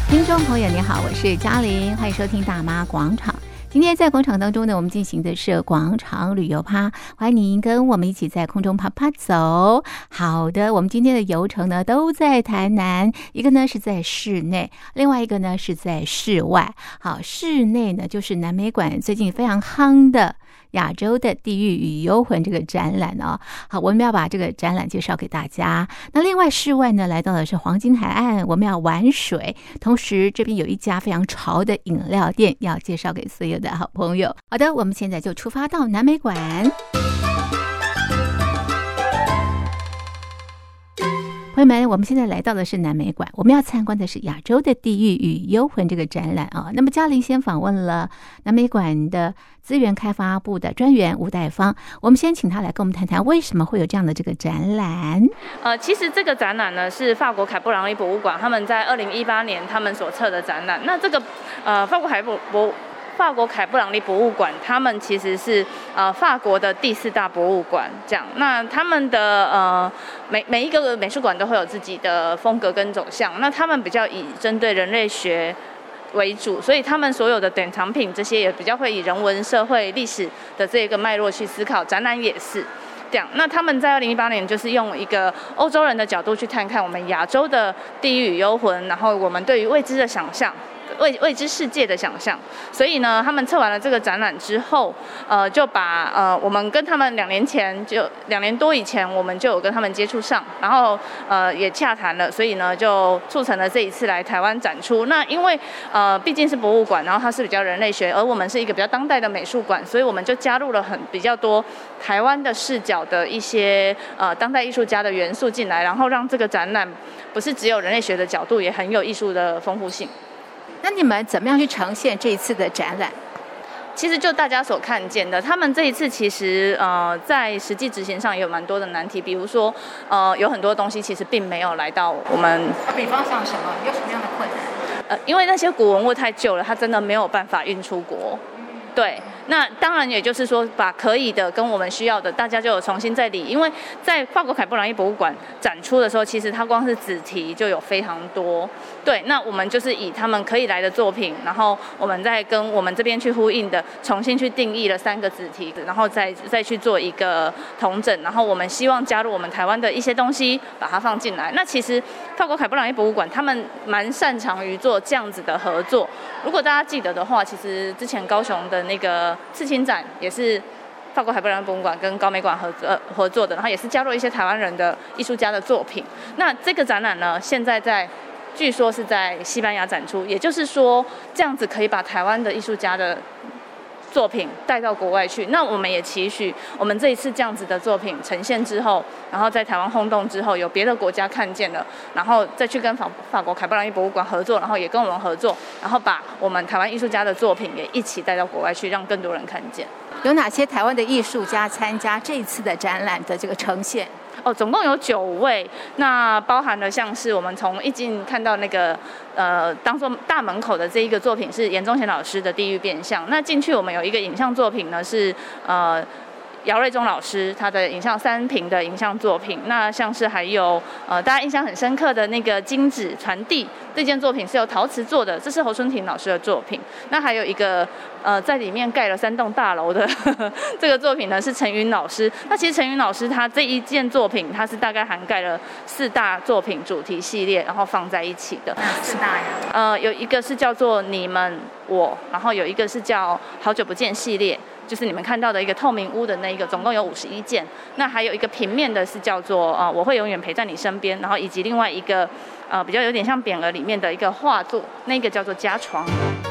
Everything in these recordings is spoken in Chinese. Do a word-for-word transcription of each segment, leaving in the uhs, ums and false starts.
听众朋友你好，我是嘉玲，欢迎收听大妈广场。今天在广场当中呢，我们进行的是广场旅游趴，欢迎您跟我们一起在空中趴趴走。好的，我们今天的游程呢都在台南，一个呢是在室内，另外一个呢是在室外。好，室内呢就是南美馆最近非常夯的亚洲的地狱与幽魂这个展览哦。好，我们要把这个展览介绍给大家。那另外室外呢，来到的是黄金海岸，我们要玩水，同时这边有一家非常潮的饮料店要介绍给所有的好朋友。好的，我们现在就出发到南美馆。朋友们，我们现在来到的是南美馆，我们要参观的是亚洲的地狱与幽魂这个展览啊。那么嘉玲先访问了南美馆的资源开发部的专员吴代芳，我们先请他来跟我们谈谈为什么会有这样的这个展览。 呃，其实这个展览呢是法国凯布朗利博物馆他们在二零一八年他们所策的展览。那这个呃法国凯布博法国凯布朗利博物馆，他们其实是呃法国的第四大博物馆，这样。那他们的呃每每一个美术馆都会有自己的风格跟走向，那他们比较以针对人类学为主，所以他们所有的典藏品这些也比较会以人文、社会、历史的这个脉络去思考，展览也是。这样，那他们在二零一八年就是用一个欧洲人的角度去探看我们亚洲的地狱与幽魂，然后我们对于未知的想象。未未知世界的想象，所以呢，他们测完了这个展览之后，呃，就把呃，我们跟他们两年前就两年多以前，我们就有跟他们接触上，然后呃也洽谈了，所以呢，就促成了这一次来台湾展出。那因为呃毕竟是博物馆，然后它是比较人类学，而我们是一个比较当代的美术馆，所以我们就加入了很比较多台湾的视角的一些呃当代艺术家的元素进来，然后让这个展览不是只有人类学的角度，也很有艺术的丰富性。 那你们怎么样去呈现这一次的展览？ 其实就大家所看见的，他们这一次其实呃在实际执行上也有蛮多的难题，比如说呃有很多东西其实并没有来到我们。 比方像什么？有什么样的困难？ 呃，因为那些古文物太旧了，它真的没有办法运出国。对，那当然也就是说，把可以的跟我们需要的，大家就有重新再理。因为在法国凯布朗利博物馆展出的时候，其实它光是子题就有非常多。对，那我们就是以他们可以来的作品，然后我们再跟我们这边去呼应的，重新去定义了三个子题，然后再再去做一个统整，然后我们希望加入我们台湾的一些东西，把它放进来。那其实法国凯布朗利博物馆他们蛮擅长于做这样子的合作。如果大家记得的话，其实之前高雄的那个刺青展也是法国凯布朗利博物馆跟高美馆合作、呃、合作的，然后也是加入一些台湾人的艺术家的作品。那这个展览呢，现在在据说是在西班牙展出，也就是说这样子可以把台湾的艺术家的作品带到国外去。那我们也期许我们这一次这样子的作品呈现之后，然后在台湾轰动之后，有别的国家看见了，然后再去跟法法国凯布朗利博物馆合作，然后也跟我们合作，然后把我们台湾艺术家的作品也一起带到国外去，让更多人看见。 有哪些台湾的艺术家参加这一次的展览的这个呈现？ 哦，总共有九位，那包含了像是我们从一进看到那个呃，当做大门口的这一个作品是严宗贤老师的《地狱变相》。那进去我们有一个影像作品呢，是呃姚瑞忠老师他的影像三屏的影像作品。那像是还有呃大家印象很深刻的那个金纸传递这件作品是由陶瓷做的，这是侯春婷老师的作品。那还有一个呃在里面盖了三栋大楼的呵呵这个作品呢是陈云老师。那其实陈云老师他这一件作品，他是大概涵盖了四大作品主题系列，然后放在一起的。 四大呀？ 呃，有一个是叫做你们我，然后有一个是叫好久不见系列，就是你们看到的一个透明屋的那一个，总共有五十一件。那还有一个平面的是叫做呃我会永远陪在你身边，然后以及另外一个呃比较有点像匾额里面的一个画作，那个叫做家床。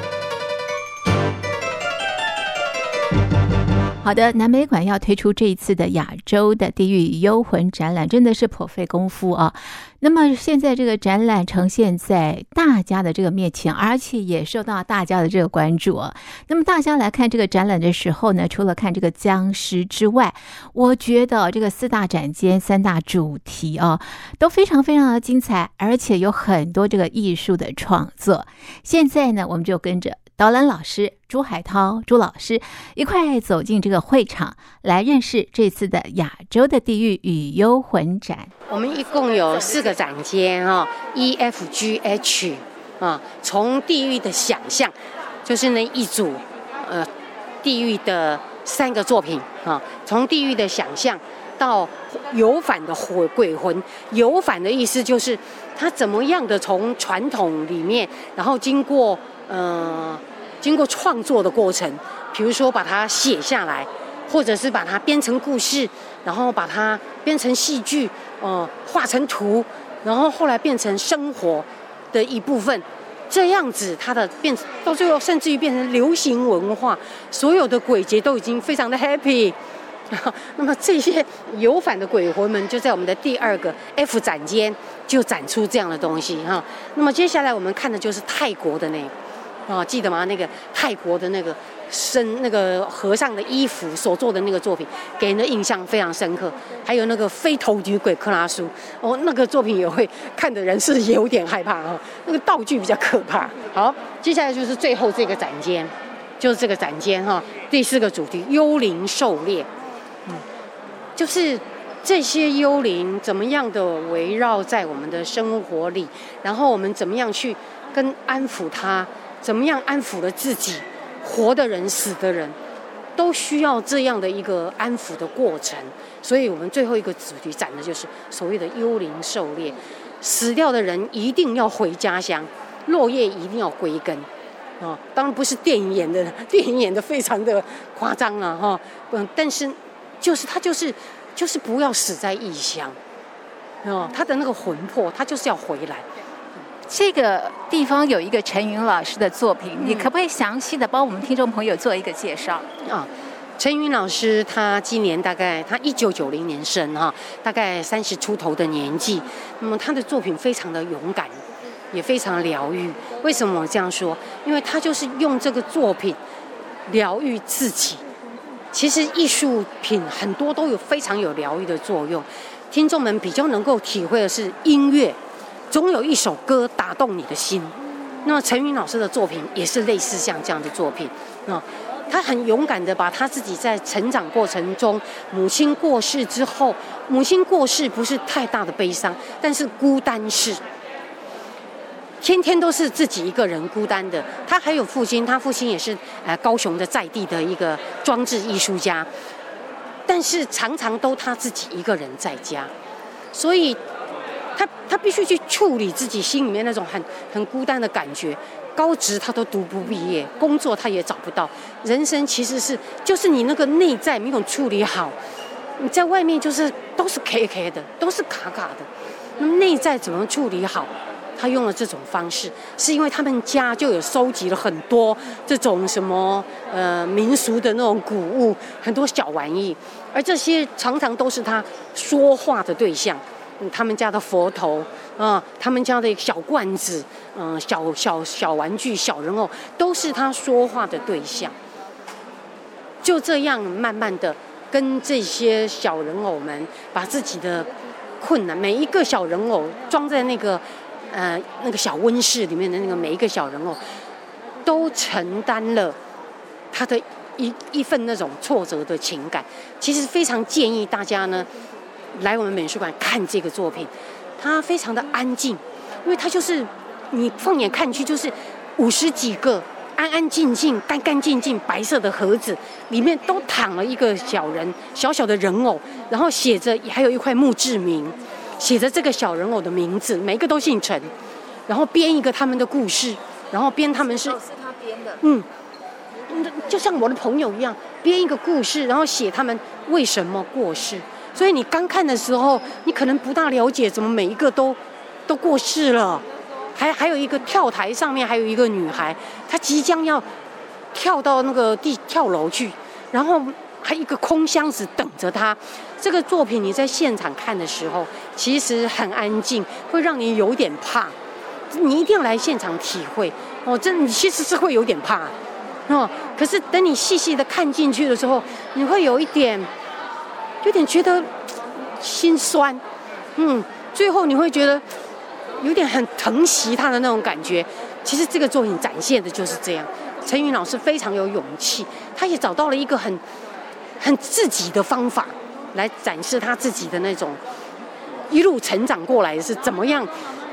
好的，南美馆要推出这一次的亚洲的地狱与幽魂展览，真的是颇费功夫啊。那么现在这个展览呈现在大家的这个面前，而且也受到大家的这个关注啊。那么大家来看这个展览的时候呢，除了看这个僵尸之外，我觉得这个四大展间三大主题啊都非常非常的精彩，而且有很多这个艺术的创作。现在呢，我们就跟着导览老师朱海涛朱老师一块走进这个会场，来认识这次的亚洲的地狱与幽魂展。 我们一共有四个展间哈 ，E F G H， 啊，从地狱的想象，就是那一组呃地狱的三个作品啊，从地狱的想象到游返的鬼鬼魂，游返的意思就是他怎么样的从传统里面，然后经过呃经过创作的过程，比如说把它写下来，或者是把它编成故事，然后把它编成戏剧，呃，画成图，然后后来变成生活的一部分。这样子，它的变到最后，甚至于变成流行文化，所有的鬼节都已经非常的 happy。那么这些游返的鬼魂们，就在我们的第二个 F 展间就展出这样的东西哈。那么接下来我们看的就是泰国的那个啊，记得吗？那个泰国的那个身那个和尚的衣服所做的那个作品，给人的印象非常深刻。还有那个飞头女鬼克拉苏哦，那个作品也会看的人是有点害怕啊，那个道具比较可怕。好，接下来就是最后这个展间，就是这个展间哈，第四个主题幽灵狩猎。嗯，就是这些幽灵怎么样的围绕在我们的生活里，然后我们怎么样去跟安抚它，怎么样安抚了自己，活的人、死的人，都需要这样的一个安抚的过程。所以我们最后一个主题展的就是所谓的幽灵狩猎，死掉的人一定要回家乡，落叶一定要归根。哦，当然不是电影演的，电影演的非常的夸张啊，哈，嗯，但是。就是他就是就是不要死在异乡，哦，他的那个魂魄，他就是要回来。 这个地方有一个陈云老师的作品，你可不可以详细的帮我们听众朋友做一个介绍啊？陈云老师他今年大概他一九九零年生哈，大概三十出头的年纪。那么他的作品非常的勇敢，也非常疗愈。为什么我这样说？因为他就是用这个作品疗愈自己。其实艺术品很多都有非常有疗愈的作用，听众们比较能够体会的是音乐，总有一首歌打动你的心。那么陈云老师的作品也是类似像这样的作品啊，他很勇敢的把他自己在成长过程中，母亲过世之后，母亲过世不是太大的悲伤，但是孤单是。天天都是自己一个人孤单的，他还有父亲，他父亲也是呃高雄的在地的一个装置艺术家，但是常常都他自己一个人在家，所以他他必须去处理自己心里面那种很很孤单的感觉。高职他都读不毕业，工作他也找不到，人生其实是就是你那个内在没有处理好，你在外面就是都是 K K 的，都是卡卡的，那么内在怎么处理好？他用了这种方式，是因为他们家就有收集了很多这种什么呃民俗的那种古物，很多小玩意，而这些常常都是他说话的对象。嗯，他们家的佛头啊、呃，他们家的小罐子，嗯、呃，小小小玩具、小人偶，都是他说话的对象。就这样，慢慢的跟这些小人偶们，把自己的困难，每一个小人偶装在那个。呃，那个小温室里面的那个每一个小人偶，都承担了他的一一份那种挫折的情感。其实非常建议大家呢，来我们美术馆看这个作品，它非常的安静，因为它就是你放眼看去就是五十几个安安静静、干干净净白色的盒子，里面都躺了一个小人，小小的人偶，然后写着还有一块墓志铭。写着这个小人偶的名字，每一个都姓陈，然后编一个他们的故事，然后编他们是， 是他编的， 嗯，就像我的朋友一样，编一个故事，然后写他们为什么过世。所以你刚看的时候，你可能不大了解，怎么每一个都都过世了。还还有一个跳台上面还有一个女孩，她即将要跳到那个地跳楼去，然后还有一个空箱子等着她。这个作品你在现场看的时候，其实很安静，会让你有点怕。你一定要来现场体会哦，这你其实是会有点怕哦。可是等你细细的看进去的时候，你会有一点，有点觉得心酸，嗯，最后你会觉得有点很疼惜他的那种感觉。其实这个作品展现的就是这样。陈云老师非常有勇气，他也找到了一个很很自己的方法。来展示他自己的那种一路成长过来是怎么样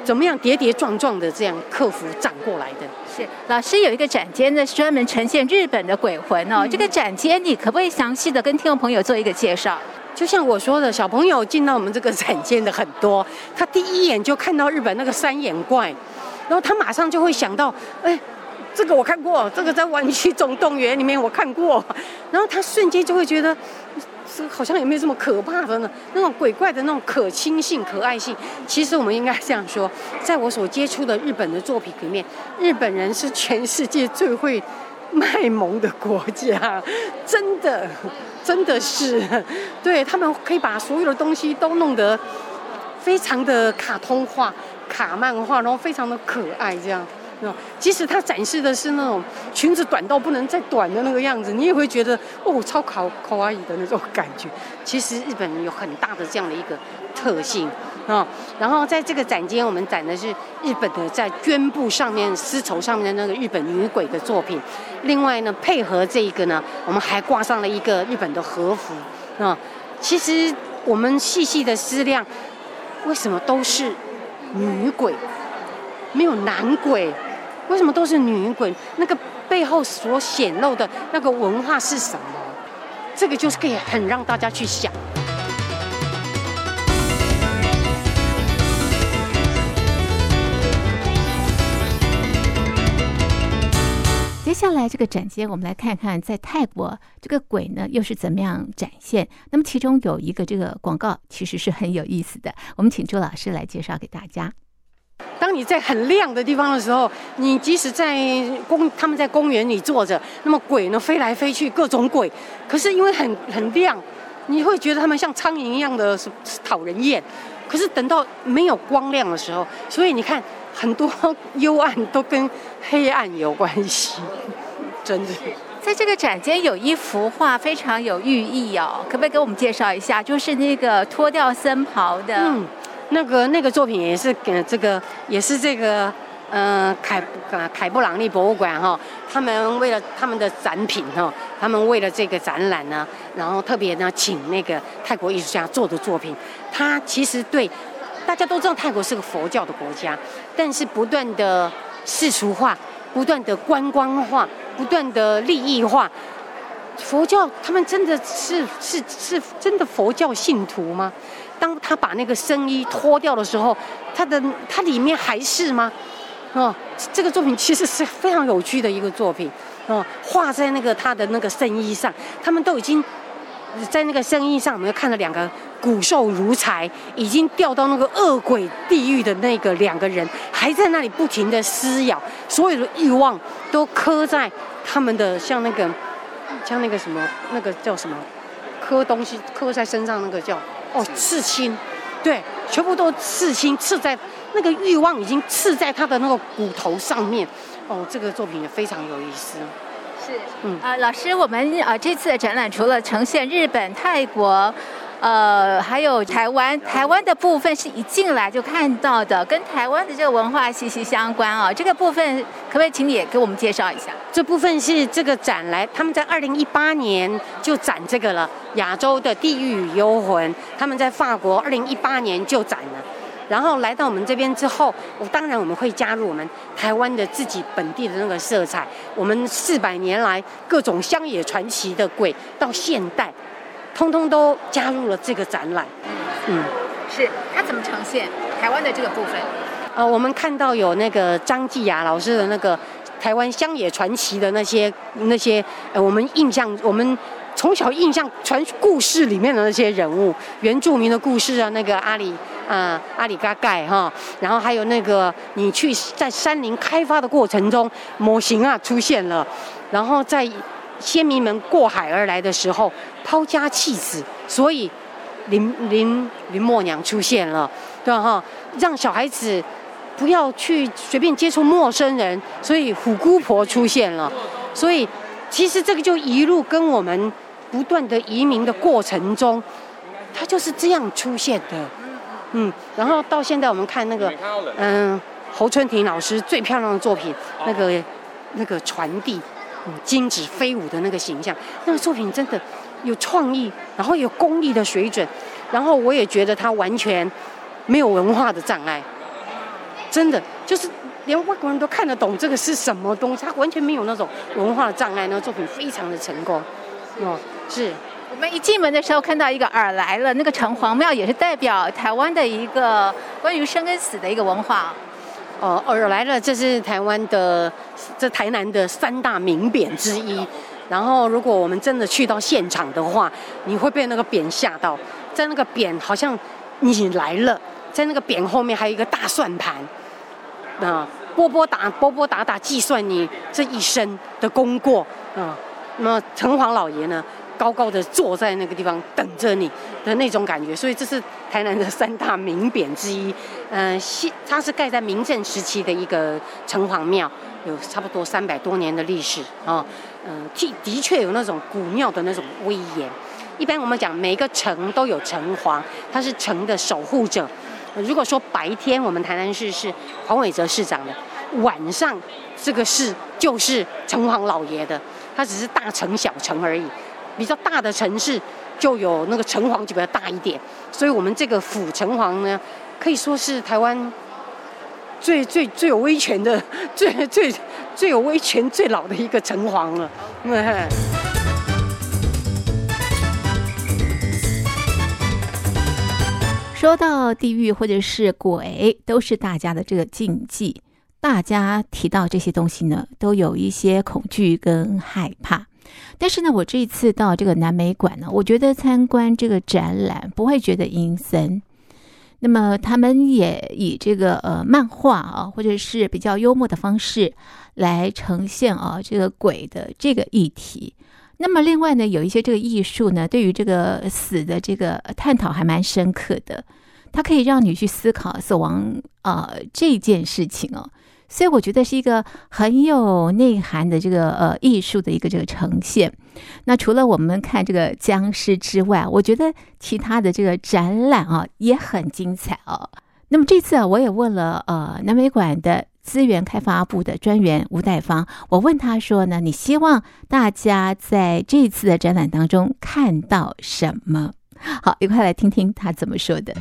怎么样跌跌撞撞的这样克服长过来的。 是老师有一个展间呢，是专门呈现日本的鬼魂哦。嗯、这个展间你可不可以详细的跟听众朋友做一个介绍？ 就像我说的，小朋友进到我们这个展间的很多，他第一眼就看到日本那个三眼怪，然后他马上就会想到，哎，这个我看过，这个在玩具总动员里面我看过，然后他瞬间就会觉得。这好像也没有这么可怕的呢，那种鬼怪的那种可亲性、可爱性。其实我们应该这样说，在我所接触的日本的作品里面，日本人是全世界最会卖萌的国家，真的，真的是，对他们可以把所有的东西都弄得非常的卡通化、卡漫画，然后非常的可爱，这样。即使他展示的是那种裙子短到不能再短的那个样子，你也会觉得哦，超卡卡哇伊的那种感觉。其实日本人有很大的这样的一个特性啊。然后在这个展间，我们展的是日本的在绢布上面、丝绸上面的那个日本女鬼的作品。另外呢，配合这一个呢，我们还挂上了一个日本的和服啊。其实我们细细的思量，为什么都是女鬼，没有男鬼？为什么都是女鬼？那个背后所显露的那个文化是什么？这个就是可以很让大家去想。 接下来这个展间，我们来看看在泰国这个鬼呢又是怎么样展现。那么其中有一个这个广告其实是很有意思的，我们请朱老师来介绍给大家。 当你在很亮的地方的时候，你即使在公他们在公园里坐着，那么鬼呢飞来飞去，各种鬼，可是因为很很亮，你会觉得他们像苍蝇一样的讨人厌。可是等到没有光亮的时候，所以你看很多幽暗都跟黑暗有关系，真的。 在这个展间有一幅画非常有寓意哦，可不可以给我们介绍一下？就是那个脱掉僧袍的。 嗯那个那个作品也是给这个也是这个呃凯凯布朗利博物馆哈、哦，他们为了他们的展品哈、哦，他们为了这个展览呢，然后特别呢请那个泰国艺术家做的作品。他其实对大家都知道泰国是个佛教的国家，但是不断的世俗化、不断的观光化、不断的利益化，佛教他们真的是是是真的佛教信徒吗？当他把那个僧衣脱掉的时候，他的他里面还是吗？哦，这个作品其实是非常有趣的一个作品哦，画在那个他的那个僧衣上，他们都已经在那个僧衣上，我们又看了两个骨瘦如柴，已经掉到那个恶鬼地狱的那个两个人，还在那里不停的撕咬，所有的欲望都刻在他们的像那个像那个什么那个叫什么刻东西刻在身上那个叫。哦，刺青，对，全部都刺青，刺在那个欲望已经刺在他的那个骨头上面。哦，这个作品也非常有意思。 是，嗯，呃，老师，我们呃这次的展览除了呈现日本、泰国，呃，还有台湾，台湾的部分是一进来就看到的，跟台湾的这个文化息息相关啊。这个部分可不可以请你也给我们介绍一下？ 这部分是这个展来，他们在二零一八年就展这个了，亚洲的地狱与幽魂，他们在法国二零一八年就展了。然后来到我们这边之后，我当然我们会加入我们台湾的自己本地的那个色彩，我们四百年来各种乡野传奇的鬼到现代，通通都加入了这个展览。 嗯，是它怎么呈现台湾的这个部分？ 呃，我们看到有那个张继雅老师的那个台湾乡野传奇的那些那些，呃，我们印象我们。从小印象传故事里面的那些人物，原住民的故事啊，那个阿里啊、呃、阿里嘎盖哈，然后还有那个你去在山林开发的过程中，模型啊出现了，然后在先民们过海而来的时候抛家弃子，所以林林林默娘出现了，对吧哈？让小孩子不要去随便接触陌生人，所以虎姑婆出现了，所以其实这个就一路跟我们不断的移民的过程中，它就是这样出现的，嗯，然后到现在我们看那个，嗯，侯春婷老师最漂亮的作品，那个那个传递，嗯，金纸飞舞的那个形象，那个作品真的有创意，然后有工艺的水准，然后我也觉得它完全没有文化的障碍。 真的就是连外国人都看得懂这个是什么东西，他完全没有那种文化的障碍，那个作品非常的成功。哦，是。 我们一进门的时候看到一个耳来了，那个城隍庙也是代表台湾的一个关于生跟死的一个文化。 哦，耳来了，这是台湾的，这台南的三大名匾之一。然后，如果我们真的去到现场的话，你会被那个匾吓到。在那个匾好像你来了，在那个匾后面还有一个大算盘，啊，波波打波波打打计算你这一生的功过啊。那么城隍老爷呢，高高的坐在那个地方等着你的那种感觉，所以这是台南的三大名匾之一。嗯、呃，它是盖在明郑时期的一个城隍庙，有差不多三百多年的历史啊。嗯、呃，的确有那种古庙的那种威严。一般我们讲每一个城都有城隍，他是城的守护者。如果说白天我们台南市是黄伟哲市长的，晚上这个市就是城隍老爷的，它只是大城小城而已。比较大的城市就有那个城隍就比较大一点，所以我们这个府城隍呢，可以说是台湾最最最有威权的、最最最有威权、最老的一个城隍了。嗯。 说到地狱或者是鬼，都是大家的这个禁忌。大家提到这些东西呢，都有一些恐惧跟害怕。但是呢，我这一次到这个南美馆呢，我觉得参观这个展览不会觉得阴森。那么他们也以这个呃漫画啊，或者是比较幽默的方式来呈现啊这个鬼的这个议题。那么另外呢，有一些这个艺术呢，对于这个死的这个探讨还蛮深刻的，它可以让你去思考死亡啊、呃、这件事情哦。所以我觉得是一个很有内涵的这个呃艺术的一个这个呈现。那除了我们看这个僵尸之外，我觉得其他的这个展览啊也很精彩哦。那么这次啊，我也问了呃南美馆的资源开发部的专员吴代芳，我问他说呢，你希望大家在这次的展览当中看到什么？好，一块来听听他怎么说的。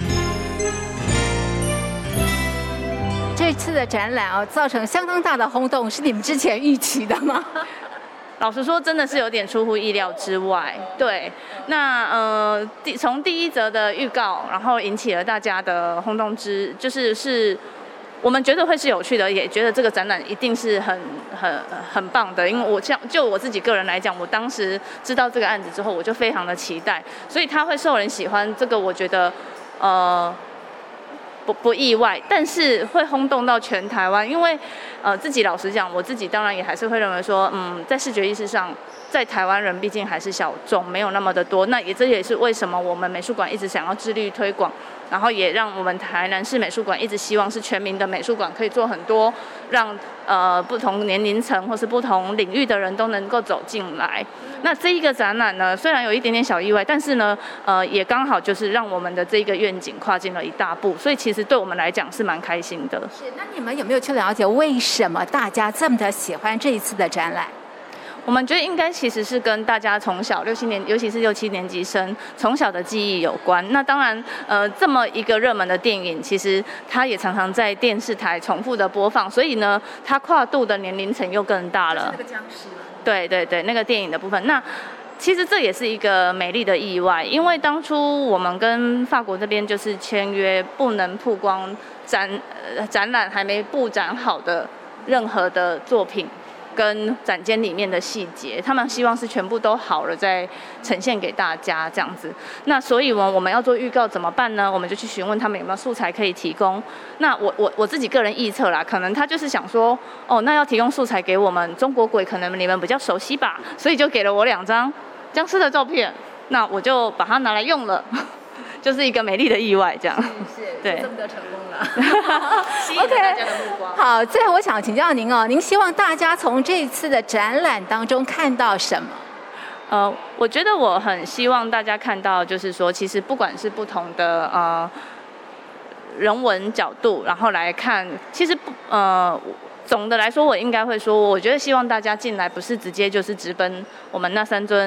这次的展览啊，造成相当大的轰动，是你们之前预期的吗？ 老实说，真的是有点出乎意料之外。对，那呃，第从第一则的预告，然后引起了大家的轰动之，就是是我们觉得会是有趣的，也觉得这个展览一定是很很很棒的。因为我像就我自己个人来讲，我当时知道这个案子之后，我就非常的期待，所以它会受人喜欢，这个我觉得呃。不不意外，但是会轰动到全台湾，因为呃自己老实讲，我自己当然也还是会认为说，嗯，在视觉意识上，在台湾人毕竟还是小众，没有那么的多。那也这也是为什么我们美术馆一直想要致力推广，然后也让我们台南市美术馆一直希望是全民的美术馆，可以做很多让呃不同年龄层或是不同领域的人都能够走进来。那这一个展览呢，虽然有一点点小意外，但是呢，呃，也刚好就是让我们的这个愿景跨进了一大步，所以其实对我们来讲是蛮开心的。 是，那你们有没有去了解为什么大家这么的喜欢这一次的展览？ 我们觉得应该其实是跟大家从小六七年，尤其是六七年级生从小的记忆有关。那当然，呃，这么一个热门的电影，其实它也常常在电视台重复的播放，所以呢，它跨度的年龄层又更大了。 那个僵尸吗？ 对对对，那个电影的部分。那其实这也是一个美丽的意外，因为当初我们跟法国这边就是签约，不能曝光展呃展览还没布展好的任何的作品。跟展间里面的细节，他们希望是全部都好了再呈现给大家这样子。那所以我我们要做预告怎么办呢？我们就去询问他们有没有素材可以提供。那我我我自己个人臆测啦，可能他就是想说，哦，那要提供素材给我们中国鬼，可能你们比较熟悉吧，所以就给了我两张僵尸的照片，那我就把它拿来用了。就是一个美丽的意外，这样是，是对， 这么的成功了， 吸引了大家的目光。 Okay, 好，最后我想请教您哦，您希望大家从这一次的展览当中看到什么？ 呃，我觉得我很希望大家看到，就是说，其实不管是不同的呃人文角度，然后来看，其实不呃。总的来说，我应该会说，我觉得希望大家进来不是直接就是直奔我们那三尊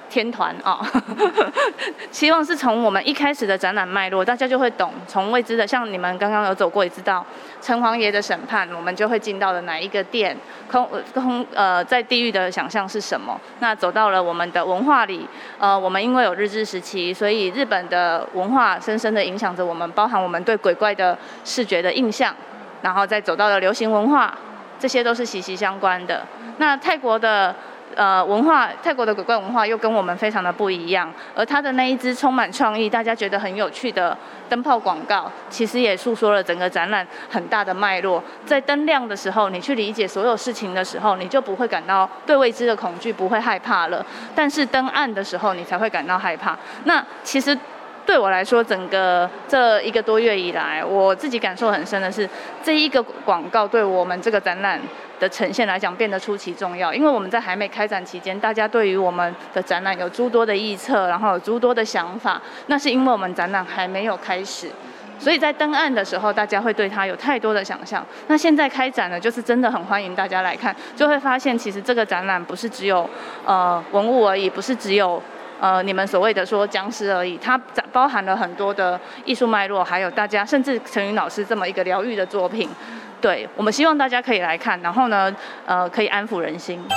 天团啊，希望是从我们一开始的展览脉络，大家就会懂，从未知的，像你们刚刚有走过，也知道城隍爷的审判，我们就会进到了哪一个殿，空空呃，在地狱的想象是什么？那走到了我们的文化里，呃，我们因为有日治时期，所以日本的文化深深的影响着我们，包含我们对鬼怪的视觉的印象，然后再走到了流行文化，这些都是息息相关的。那泰国的。呃，文化泰国的鬼怪文化又跟我们非常的不一样，而它的那一支充满创意、大家觉得很有趣的灯泡广告，其实也诉说了整个展览很大的脉络。在灯亮的时候，你去理解所有事情的时候，你就不会感到对未知的恐惧，不会害怕了。但是灯暗的时候，你才会感到害怕。那其实。对我来说，整个这一个多月以来，我自己感受很深的是，这一个广告对我们这个展览的呈现来讲变得出奇重要。因为我们在还没开展期间，大家对于我们的展览有诸多的臆测，然后有诸多的想法，那是因为我们展览还没有开始。所以在灯暗的时候，大家会对它有太多的想象。那现在开展了，就是真的很欢迎大家来看，就会发现其实这个展览不是只有呃文物而已，不是只有。呃，你们所谓的说僵尸而已，它包含了很多的艺术脉络，还有大家甚至陈云老师这么一个疗愈的作品，对我们希望大家可以来看，然后呢，呃，可以安抚人心。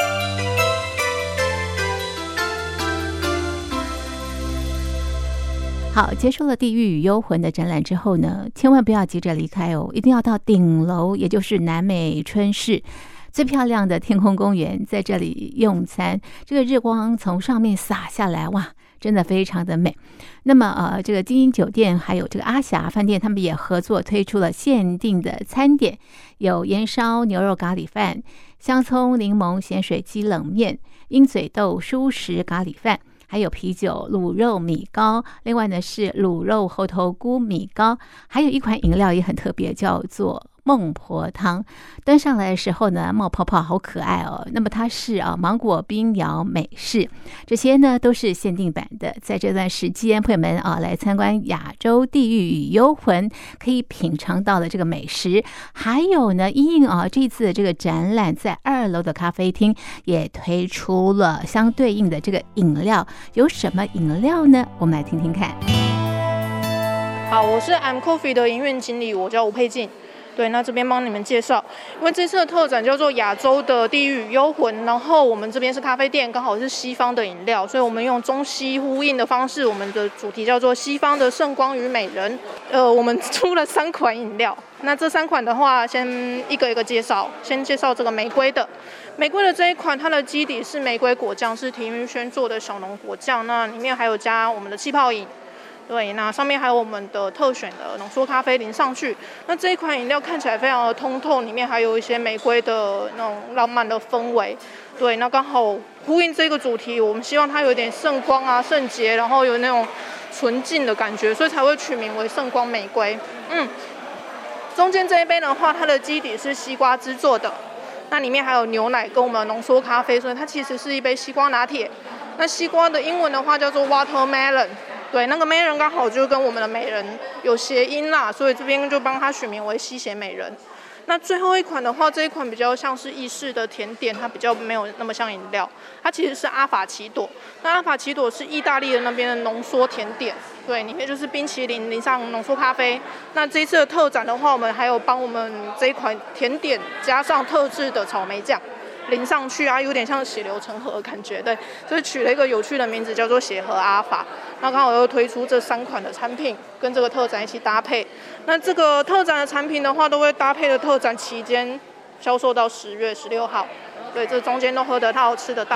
好，结束了《地狱与幽魂》的展览之后呢，千万不要急着离开哦，一定要到顶楼，也就是南美春市。最漂亮的天空公园，在这里用餐，这个日光从上面洒下来，哇，真的非常的美。那么呃，这个金鹰酒店还有这个阿霞饭店，他们也合作推出了限定的餐点，有盐烧牛肉咖喱饭、香葱柠檬咸水鸡冷面、鹰嘴豆蔬食咖喱饭，还有啤酒卤肉米糕，另外呢是卤肉猴头菇米糕，还有一款饮料也很特别，叫做孟婆汤。端上来的时候呢，冒泡泡，好可爱哦。那么它是啊芒果冰摇美式，这些呢都是限定版的。在这段时间，朋友们啊来参观亚洲地狱与幽魂，可以品尝到的这个美食。还有呢，因应啊这次的这个展览，在二楼的咖啡厅也推出了相对应的这个饮料。有什么饮料呢？我们来听听看。 好，我是 I'm Coffee 的营运经理，我叫吴佩静。对，那这边帮你们介绍，因为这次的特展叫做亚洲的地狱与幽魂，然后我们这边是咖啡店，刚好是西方的饮料，所以我们用中西呼应的方式，我们的主题叫做西方的圣光与美人。呃，我们出了三款饮料，那这三款的话，先一个一个介绍，先介绍这个玫瑰的。玫瑰的这一款，它的基底是玫瑰果酱，是婷云轩做的小农果酱，那里面还有加我们的气泡饮。对，那上面还有我们的特选的浓缩咖啡淋上去。那这一款饮料看起来非常的通透，里面还有一些玫瑰的那种浪漫的氛围。对，那刚好呼应这个主题，我们希望它有点圣光啊、圣洁，然后有那种纯净的感觉，所以才会取名为圣光玫瑰。嗯，中间这一杯的话，它的基底是西瓜汁做的，那里面还有牛奶跟我们的浓缩咖啡，所以它其实是一杯西瓜拿铁。那西瓜的英文的话叫做 watermelon。对，那个美人刚好就跟我们的美人有谐音啦，所以这边就帮它取名为吸血美人。那最后一款的话，这一款比较像是意式的甜点，它比较没有那么像饮料，它其实是阿法奇朵。那阿法奇朵是意大利的那边的浓缩甜点，对，里面就是冰淇淋淋上浓缩咖啡。那这一次的特展的话，我们还有帮我们这一款甜点加上特制的草莓酱。淋上去啊，有点像血流成河的感觉，对，所以取了一个有趣的名字，叫做血河阿法。那刚好又推出这三款的产品，跟这个特展一起搭配。那这个特展的产品的话，都会搭配的特展期间销售到十月十六号，对，这中间都喝得到、吃得到。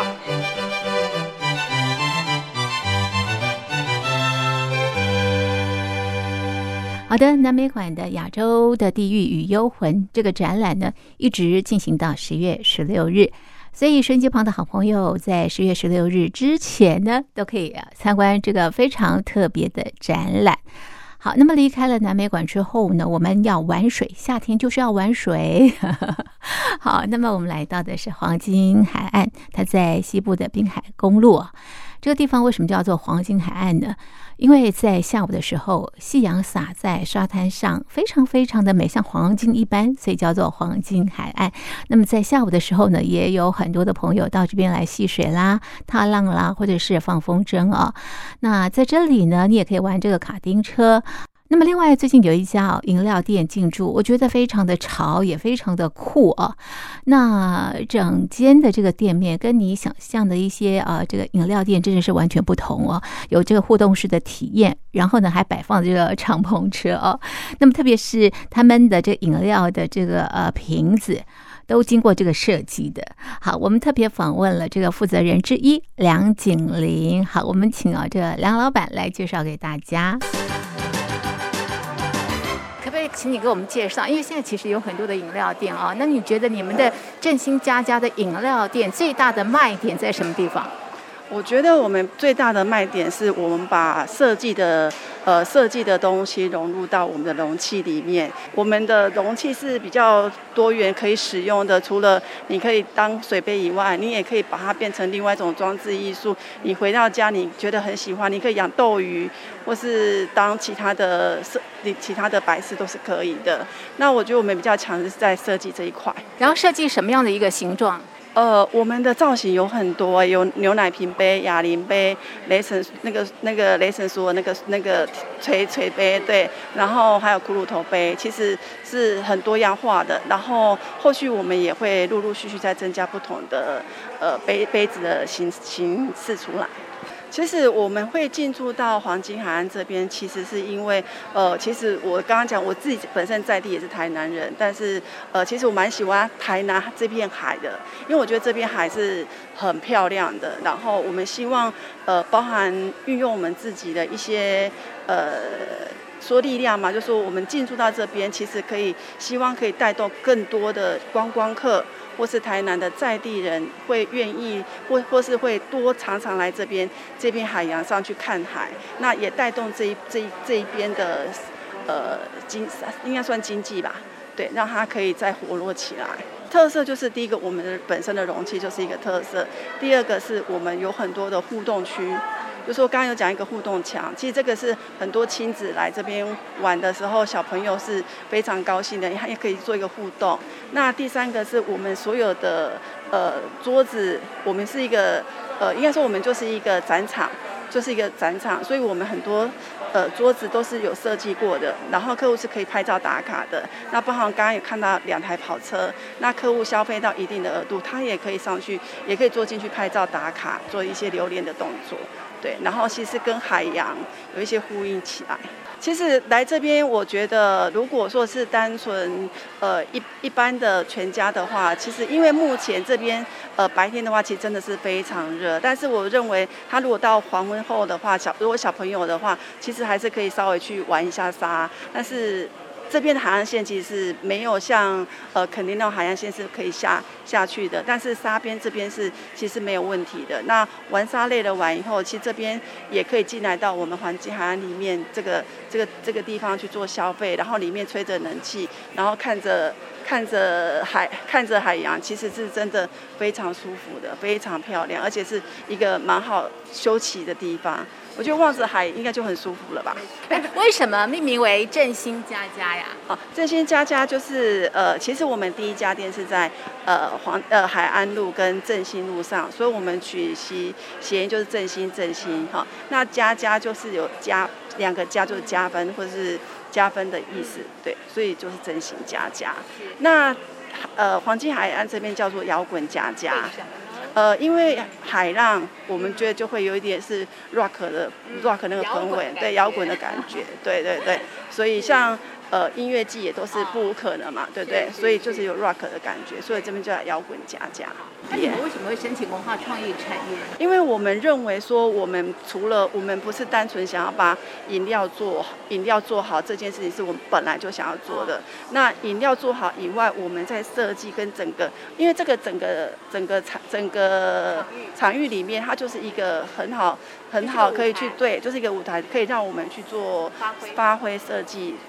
好的，南美馆的亚洲的地狱与幽魂这个展览呢，一直进行到十月十六日，所以收音机旁的好朋友在十月十六日之前呢，都可以参观这个非常特别的展览。好，那么离开了南美馆之后呢，我们要玩水，夏天就是要玩水。好，那么我们来到的是黄金海岸，它在西部的滨海公路。 这个地方为什么叫做黄金海岸呢？因为在下午的时候，夕阳洒在沙滩上，非常非常的美，像黄金一般，所以叫做黄金海岸。那么在下午的时候呢，也有很多的朋友到这边来戏水啦、踏浪啦，或者是放风筝啊。那在这里呢，你也可以玩这个卡丁车。那么另外最近有一家、哦、饮料店进驻，我觉得非常的潮，也非常的酷啊。那整间的这个店面跟你想象的一些啊这个饮料店真的是完全不同哦，有这个互动式的体验，然后呢还摆放这个敞篷车哦。那么特别是他们的这个饮料的这个呃瓶子都经过这个设计的。好，我们特别访问了这个负责人之一梁景玲。好，我们请啊这个梁老板来介绍给大家。可不可以请你给我们介绍？因为现在其实有很多的饮料店啊，那你觉得你们的振兴家家的饮料店最大的卖点在什么地方？ 我觉得我们最大的卖点是我们把设计的呃设计的东西融入到我们的容器里面。我们的容器是比较多元可以使用的，除了你可以当水杯以外，你也可以把它变成另外一种装置艺术。你回到家你觉得很喜欢，你可以养斗鱼，或是当其他的其他的摆饰都是可以的。那我觉得我们比较强的是在设计这一块。 然后设计什么样的一个形状？ 呃，我们的造型有很多，有牛奶瓶杯、哑铃杯、雷神那个那个雷神说的那个那个锤锤杯，对，然后还有骷髅头杯，其实是很多样化的。然后后续我们也会陆陆续续再增加不同的呃杯杯子的形形式出来。其实我们会进驻到黄金海岸这边，其实是因为，呃，其实我刚刚讲我自己本身在地也是台南人，但是，呃，其实我蛮喜欢台南这片海的，因为我觉得这片海是很漂亮的。然后我们希望，呃，包含运用我们自己的一些，呃。说力量嘛，就说我们进驻到这边，其实可以希望可以带动更多的观光客，或是台南的在地人会愿意，或或是会多常常来这边这片海洋上去看海，那也带动这一这一这一边的呃经应该算经济吧，对，让它可以再活络起来。特色就是第一个，我们的本身的容器就是一个特色；第二个是我们有很多的互动区。就说刚刚有讲一个互动墙，其实这个是很多亲子来这边玩的时候，小朋友是非常高兴的，他也可以做一个互动。那第三个是我们所有的呃桌子，我们是一个呃应该说我们就是一个展场，就是一个展场，所以我们很多呃桌子都是有设计过的，然后客户是可以拍照打卡的。那包含刚刚有看到两台跑车，那客户消费到一定的额度，他也可以上去，也可以坐进去拍照打卡，做一些留念的动作。对，然后其实跟海洋有一些呼应起来。其实来这边，我觉得如果说是单纯呃一一般的全家的话，其实因为目前这边呃白天的话，其实真的是非常热。但是我认为，他如果到黄昏后的话，小如果小朋友的话，其实还是可以稍微去玩一下沙，但是。这边的海岸线其实是没有像呃垦丁那种海岸线是可以下下去的，但是沙边这边是其实没有问题的。那玩沙累了玩以后，其实这边也可以进来到我们黄金海岸里面这个这个这个地方去做消费，然后里面吹着冷气，然后看着看着海看着海洋，其实是真的非常舒服的，非常漂亮，而且是一个蛮好休憩的地方。我觉得望着海应该就很舒服了吧？ 为什么命名为振兴家家呀？ 啊，振兴家家就是呃，其实我们第一家店是在呃黄呃海岸路跟振兴路上，所以我们取谐谐音就是振兴振兴哈。那家家就是有加两个加就是加分或者是加分的意思，对，所以就是振兴家家。那呃黄金海岸这边叫做摇滚家家。呃，因为海浪，我们觉得就会有一点是 rock 的 rock 那个氛围，对，摇滚的感觉，对对对，所以像呃音乐季也都是不无可能嘛，对不对？所以就是有 rock 的感觉，所以这边叫摇滚家家。 那你们为什么会申请文化创意产业？ 因为我们认为说，我们除了我们不是单纯想要把饮料做饮料做好这件事情，是我们本来就想要做的。那饮料做好以外，我们在设计跟整个，因为这个整个整个场整个场域里面，它就是一个很好很好可以去对，就是一个舞台，可以让我们去做发挥设计，所以是一个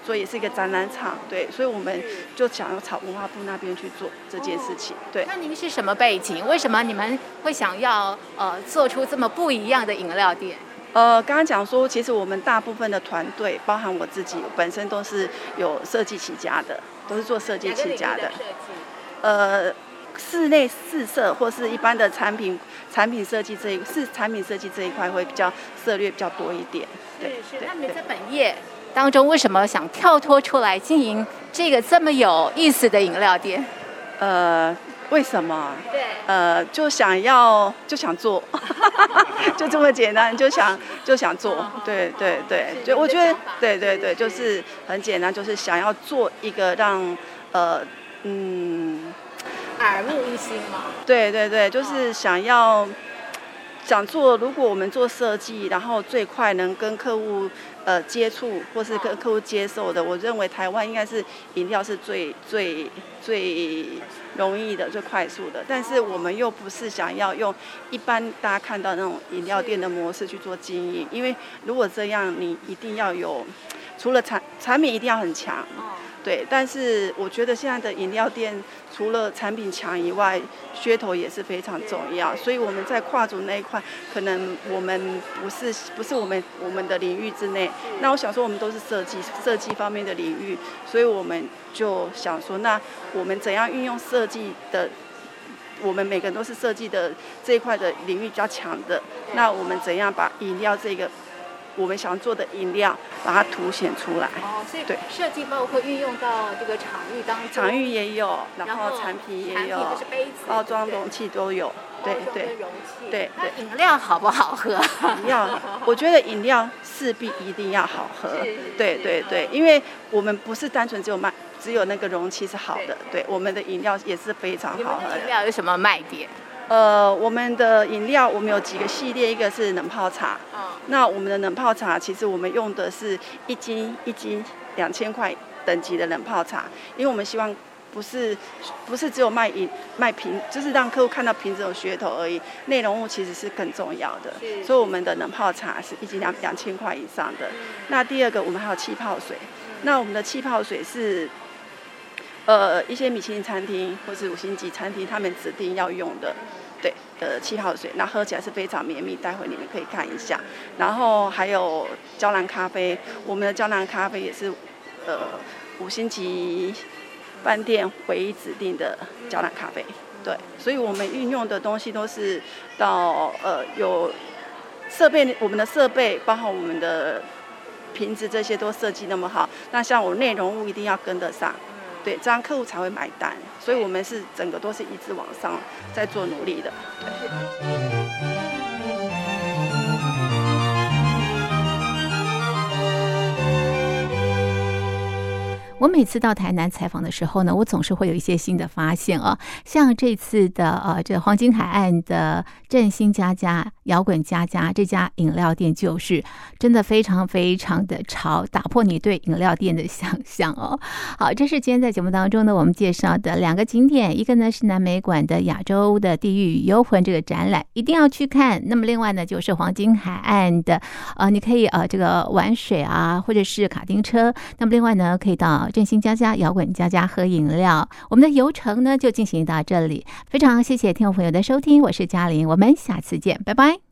个展览场，对，所以我们就想要朝文化部那边去做这件事情。对， 那您是什么背景？为什么你们会想要呃做出这么不一样的饮料店？ 呃，刚刚讲说，其实我们大部分的团队，包含我自己，本身都是有设计起家的，都是做设计起家的。呃，室内试色或是一般的产品产品设计这一是产品设计这一块会比较涉猎比较多一点。对， 是是。那你们在本业当中为什么想跳脱出来经营这个这么有意思的饮料店？ 呃。为什么？ 对， 呃，就想要就想做，就这么简单，就想就想做，对对对，就我觉得，对对对，就是很简单，就是想要做一个让呃嗯耳目一新嘛。 对对对，就是想要想做，如果我们做设计，然后最快能跟客户呃接触或是跟客户接受的，我认为台湾应该是饮料是最最最容易的、最快速的。但是我们又不是想要用一般大家看到那种饮料店的模式去做经营，因为如果这样，你一定要有除了产产品一定要很强。对，但是我觉得现在的饮料店除了产品强以外，噱头也是非常重要。所以我们在跨足那一块，可能我们不是不是我们我们的领域之内。那我想说，我们都是设计设计方面的领域，所以我们就想说，那我们怎样运用设计的？我们每个人都是设计的这一块的领域比较强的，那我们怎样把饮料这个？我们想做的饮料，把它凸显出来。 哦，所以对设计包括运用到这个场域当中， 场域也有，然后产品也有， 就是杯子、 包装容器都有。对对对对。 饮料好不好喝？ 饮料，我觉得饮料势必一定要好喝。对对对，因为我们不是单纯只有卖，只有那个容器是好的。对，我们的饮料也是非常好喝的。 饮料有什么卖点？ 呃，我们的饮料我们有几个系列，一个是冷泡茶。嗯。那我们的冷泡茶，其实我们用的是一斤一斤两千块等级的冷泡茶，因为我们希望不是不是只有卖饮卖瓶，就是让客户看到瓶子有噱头而已，内容物其实是更重要的。所以我们的冷泡茶是一斤两两千块以上的。那第二个，我们还有气泡水。那我们的气泡水是。呃，一些米其林餐厅或是五星级餐厅，他们指定要用的，对，呃，气泡水，那喝起来是非常绵密，待会你们可以看一下。然后还有胶囊咖啡，我们的胶囊咖啡也是呃五星级饭店唯一指定的胶囊咖啡，对，所以我们运用的东西都是到呃有设备，我们的设备包括我们的瓶子这些都设计那么好，那像我内容物一定要跟得上。对，这样客户才会买单，所以我们是整个都是一直往上在做努力的。 我每次到台南采访的时候呢，我总是会有一些新的发现啊，像这次的呃这黄金海岸的振兴家家摇滚家家这家饮料店，就是真的非常非常的潮，打破你对饮料店的想象哦。好，这是今天在节目当中呢我们介绍的两个景点，一个呢是南美馆的亚洲的地狱与幽魂这个展览，一定要去看。那么另外呢就是黄金海岸的呃你可以呃这个玩水啊，或者是卡丁车。那么另外呢可以到振兴家家摇滚家家喝饮料。我们的游程呢就进行到这里，非常谢谢听众朋友的收听，我是嘉玲，我们下次见，拜拜。